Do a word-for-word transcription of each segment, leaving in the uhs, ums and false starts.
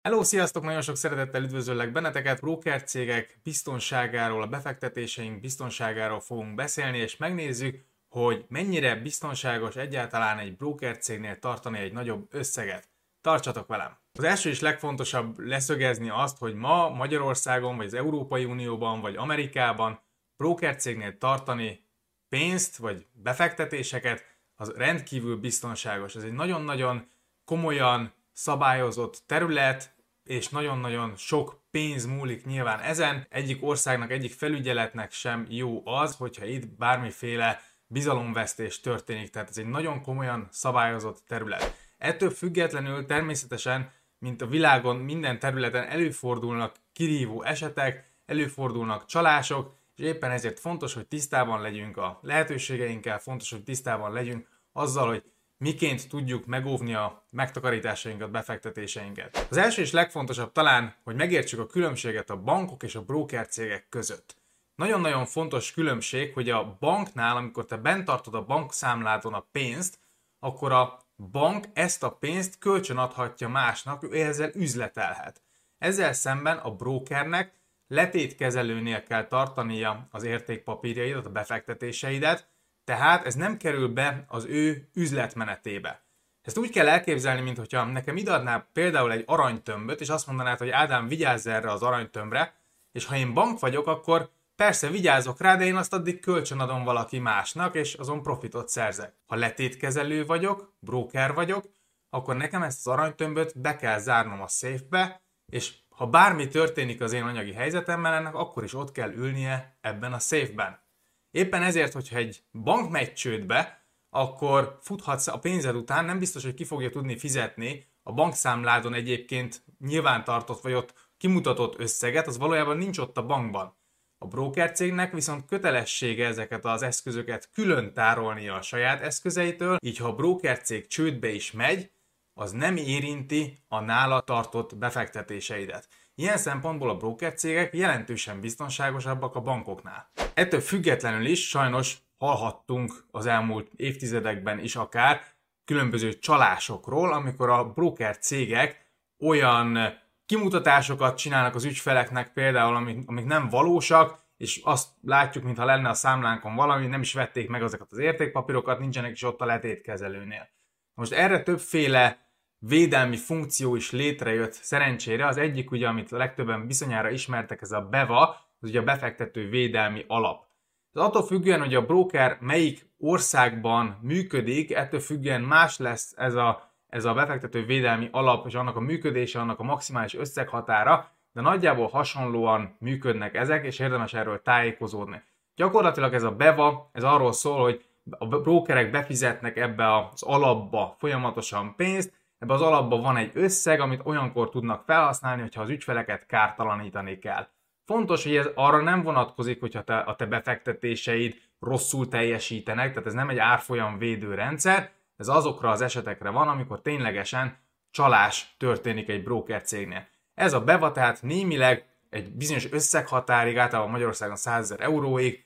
Hello, sziasztok! Nagyon sok szeretettel üdvözöllek benneteket. Broker cégek biztonságáról, a befektetéseink biztonságáról fogunk beszélni, és megnézzük, hogy mennyire biztonságos egyáltalán egy broker cégnél tartani egy nagyobb összeget. Tartsatok velem! Az első és legfontosabb leszögezni azt, hogy ma Magyarországon, vagy az Európai Unióban, vagy Amerikában broker cégnél tartani pénzt, vagy befektetéseket, az rendkívül biztonságos. Ez egy nagyon-nagyon komolyan szabályozott terület, és nagyon-nagyon sok pénz múlik nyilván ezen. Egyik országnak, egyik felügyeletnek sem jó az, hogyha itt bármiféle bizalomvesztés történik. Tehát ez egy nagyon komolyan szabályozott terület. Ettől függetlenül természetesen, mint a világon minden területen előfordulnak kirívó esetek, előfordulnak csalások, és éppen ezért fontos, hogy tisztában legyünk a lehetőségeinkkel, fontos, hogy tisztában legyünk azzal, hogy miként tudjuk megóvni a megtakarításainkat, befektetéseinket. Az első és legfontosabb talán, hogy megértsük a különbséget a bankok és a broker cégek között. Nagyon-nagyon fontos különbség, hogy a banknál, amikor te bent tartod a bankszámládon a pénzt, akkor a bank ezt a pénzt kölcsön adhatja másnak, ő ezzel üzletelhet. Ezzel szemben a brokernek letétkezelőnél kell tartania az értékpapírjaidat, a befektetéseidet, tehát ez nem kerül be az ő üzletmenetébe. Ezt úgy kell elképzelni, mintha nekem ideadnál például egy aranytömböt, és azt mondanád, hogy Ádám, vigyázz erre az aranytömbre, és ha én bank vagyok, akkor persze vigyázok rá, de én azt addig kölcsönadom valaki másnak, és azon profitot szerzek. Ha letétkezelő vagyok, broker vagyok, akkor nekem ezt az aranytömböt be kell zárnom a széfbe, és ha bármi történik az én anyagi helyzetemmel, ennek akkor is ott kell ülnie ebben a széfben. Éppen ezért, hogyha egy bank megy csődbe, akkor futhatsz a pénzed után, nem biztos, hogy ki fogja tudni fizetni a bankszámládon egyébként nyilvántartott vagy ott kimutatott összeget, az valójában nincs ott a bankban. A broker cégnek viszont kötelessége ezeket az eszközöket külön tárolnia a saját eszközeitől, így ha a broker cég csődbe is megy, az nem érinti a nála tartott befektetéseidet. Ilyen szempontból a broker cégek jelentősen biztonságosabbak a bankoknál. Ettől függetlenül is sajnos hallhattunk az elmúlt évtizedekben is akár különböző csalásokról, amikor a broker cégek olyan kimutatásokat csinálnak az ügyfeleknek például, amik, amik nem valósak, és azt látjuk, mintha lenne a számlánkon valami, nem is vették meg azokat az értékpapírokat, nincsenek is ott a letétkezelőnél. Most erre többféle védelmi funkció is létrejött szerencsére. Az egyik, ugye, amit a legtöbben bizonyára ismertek, ez a BEVA, az ugye a befektető védelmi alap. Ez attól függően, hogy a broker melyik országban működik, ettől függően más lesz ez a, ez a befektető védelmi alap, és annak a működése, annak a maximális összeghatára, de nagyjából hasonlóan működnek ezek, és érdemes erről tájékozódni. Gyakorlatilag ez a BEVA, ez arról szól, hogy a brokerek befizetnek ebbe az alapba folyamatosan pénzt, ebbe az alapban van egy összeg, amit olyankor tudnak felhasználni, hogyha az ügyfeleket kártalanítani kell. Fontos, hogy ez arra nem vonatkozik, hogyha te, a te befektetéseid rosszul teljesítenek, tehát ez nem egy árfolyam védőrendszer, ez azokra az esetekre van, amikor ténylegesen csalás történik egy broker cégnél. Ez a BEVA tehát némileg egy bizonyos összeghatárig, általában Magyarországon százezer euróig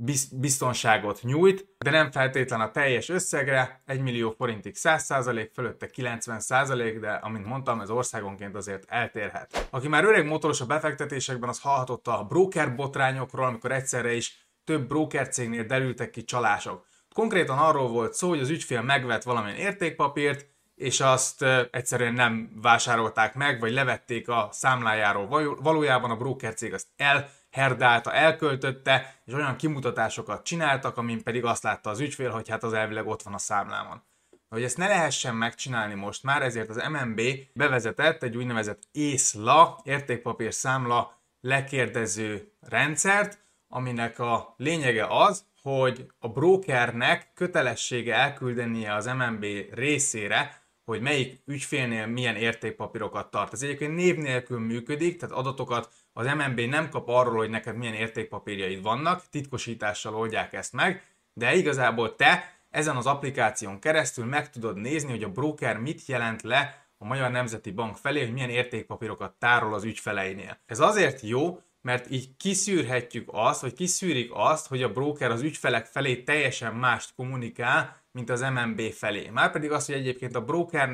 biztonságot nyújt, de nem feltétlen a teljes összegre, egy millió forintig száz százalék, fölötte kilencven százalék, de amint mondtam, ez országonként azért eltérhet. Aki már öreg motoros a befektetésekben, az hallhatott a broker botrányokról, amikor egyszerre is több broker cégnél derültek ki csalások. Konkrétan arról volt szó, hogy az ügyfél megvett valamilyen értékpapírt, és azt egyszerűen nem vásárolták meg, vagy levették a számlájáról. Valójában a broker cég azt elherdálta, elköltötte, és olyan kimutatásokat csináltak, amin pedig azt látta az ügyfél, hogy hát az elvileg ott van a számlámon. Hogy ezt ne lehessen megcsinálni most már, ezért az em en bé bevezetett egy úgynevezett észla, értékpapír számla lekérdező rendszert, aminek a lényege az, hogy a brokernek kötelessége elküldenie az em en bé részére, hogy melyik ügyfélnél milyen értékpapírokat tart. Ez egyébként név nélkül működik, tehát adatokat az em en bé nem kap arról, hogy neked milyen értékpapírjaid vannak, titkosítással oldják ezt meg, de igazából te ezen az applikáción keresztül meg tudod nézni, hogy a broker mit jelent le a Magyar Nemzeti Bank felé, hogy milyen értékpapírokat tárol az ügyfeleinél. Ez azért jó, mert így kiszűrhetjük azt, vagy kiszűrik azt, hogy a broker az ügyfelek felé teljesen mást kommunikál, mint az em en bé felé. Márpedig az, hogy egyébként a brokernek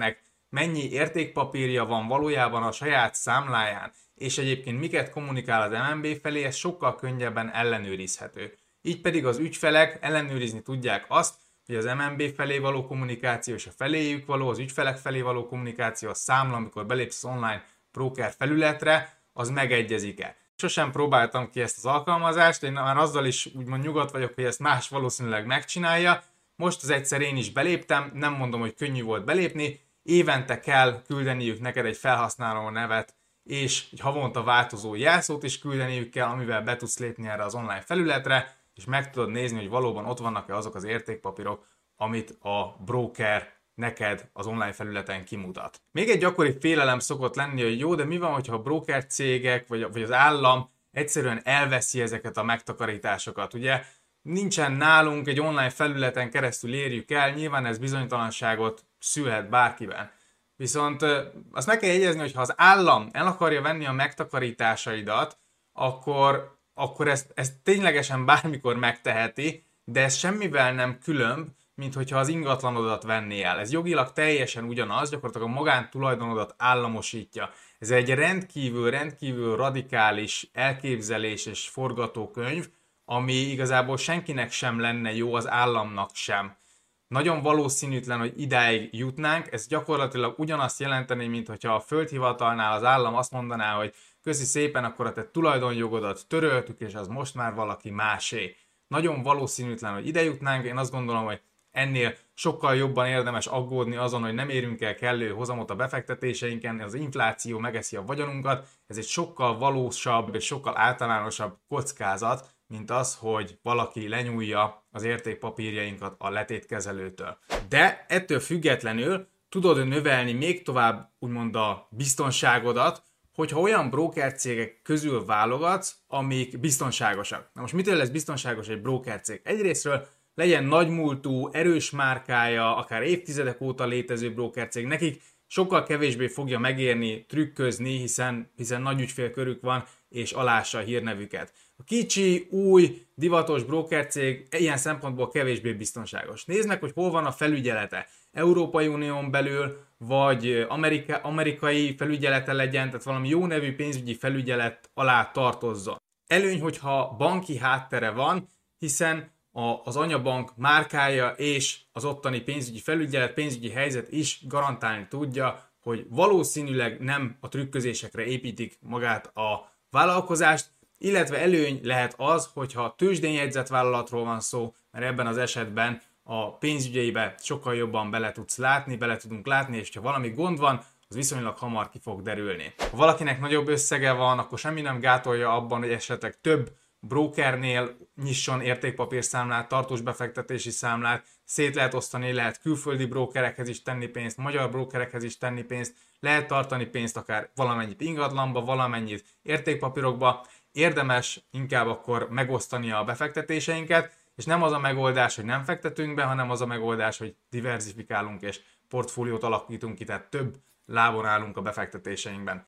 mennyi értékpapírja van valójában a saját számláján, és egyébként miket kommunikál az em en bé felé, ez sokkal könnyebben ellenőrizhető. Így pedig az ügyfelek ellenőrizni tudják azt, hogy az em en bé felé való kommunikáció és a feléjük való, az ügyfelek felé való kommunikáció, a számla, amikor belépsz az online broker felületre, az megegyezik-e. Sosem próbáltam ki ezt az alkalmazást, én már azzal is úgymond nyugodt vagyok, hogy ezt más valószínűleg megcsinálja. Most az egyszer én is beléptem, nem mondom, hogy könnyű volt belépni, évente kell küldeniük neked egy felhasználó nevet, és egy havonta változó jelszót is küldeniük kell, amivel be tudsz lépni erre az online felületre, és meg tudod nézni, hogy valóban ott vannak-e azok az értékpapírok, amit a broker neked az online felületen kimutat. Még egy gyakori félelem szokott lenni, hogy jó, de mi van, hogyha a broker cégek vagy, vagy az állam egyszerűen elveszi ezeket a megtakarításokat, ugye? Nincsen nálunk, egy online felületen keresztül érjük el, nyilván ez bizonytalanságot szülhet bárkiben. Viszont azt meg kell jegyezni, hogy ha az állam el akarja venni a megtakarításaidat, akkor, akkor ezt, ezt ténylegesen bármikor megteheti, de ez semmivel nem különb, mint hogyha az ingatlanodat venné el. Ez jogilag teljesen ugyanaz, gyakorlatilag a magántulajdonodat államosítja. Ez egy rendkívül, rendkívül radikális elképzelés és forgatókönyv, ami igazából senkinek sem lenne jó, az államnak sem. Nagyon valószínűtlen, hogy idáig jutnánk, ez gyakorlatilag ugyanazt jelenteni, mint hogyha a földhivatalnál az állam azt mondaná, hogy köszi szépen, akkor a te tulajdonjogodat töröltük, és az most már valaki másé. Nagyon valószínűtlen, hogy ide jutnánk, én azt gondolom, hogy ennél sokkal jobban érdemes aggódni azon, hogy nem érünk el kellő hozamot a befektetéseinken, az infláció megeszi a vagyonunkat, ez egy sokkal valósabb és sokkal általánosabb kockázat, mint az, hogy valaki lenyúlja az értékpapírjainkat a letétkezelőtől. De ettől függetlenül tudod növelni még tovább úgymond a biztonságodat, hogyha olyan brokercégek közül válogatsz, amik biztonságosak. Na most mitől lesz biztonságos egy brokercég? Egyrésztről legyen nagymúltú, erős márkája, akár évtizedek óta létező brokercég, nekik sokkal kevésbé fogja megérni trükközni, hiszen, hiszen nagy ügyfélkörük van, és alássa a hírnevüket. A kicsi, új, divatos brokercég ilyen szempontból kevésbé biztonságos. Nézd meg, hogy hol van a felügyelete. Európai Unión belül, vagy Amerika, amerikai felügyelete legyen, tehát valami jó nevű pénzügyi felügyelet alá tartozzon. Előny, hogyha banki háttere van, hiszen az anyabank márkája és az ottani pénzügyi felügyelet, pénzügyi helyzet is garantálni tudja, hogy valószínűleg nem a trükközésekre építik magát a vállalkozást, illetve előny lehet az, hogyha tőzsdén jegyzett vállalatról van szó, mert ebben az esetben a pénzügyeibe sokkal jobban bele tudsz látni, bele tudunk látni, és ha valami gond van, az viszonylag hamar ki fog derülni. Ha valakinek nagyobb összege van, akkor semmi nem gátolja abban, hogy esetleg több brokernél nyisson értékpapírszámlát, tartós befektetési számlát, szét lehet osztani, lehet külföldi brokerekhez is tenni pénzt, magyar brokerekhez is tenni pénzt, lehet tartani pénzt akár valamennyit ingatlanba, valamennyit értékpapírokba. Érdemes inkább akkor megosztani a befektetéseinket, és nem az a megoldás, hogy nem fektetünk be, hanem az a megoldás, hogy diversifikálunk és portfóliót alakítunk ki, tehát több lábon állunk a befektetéseinkben.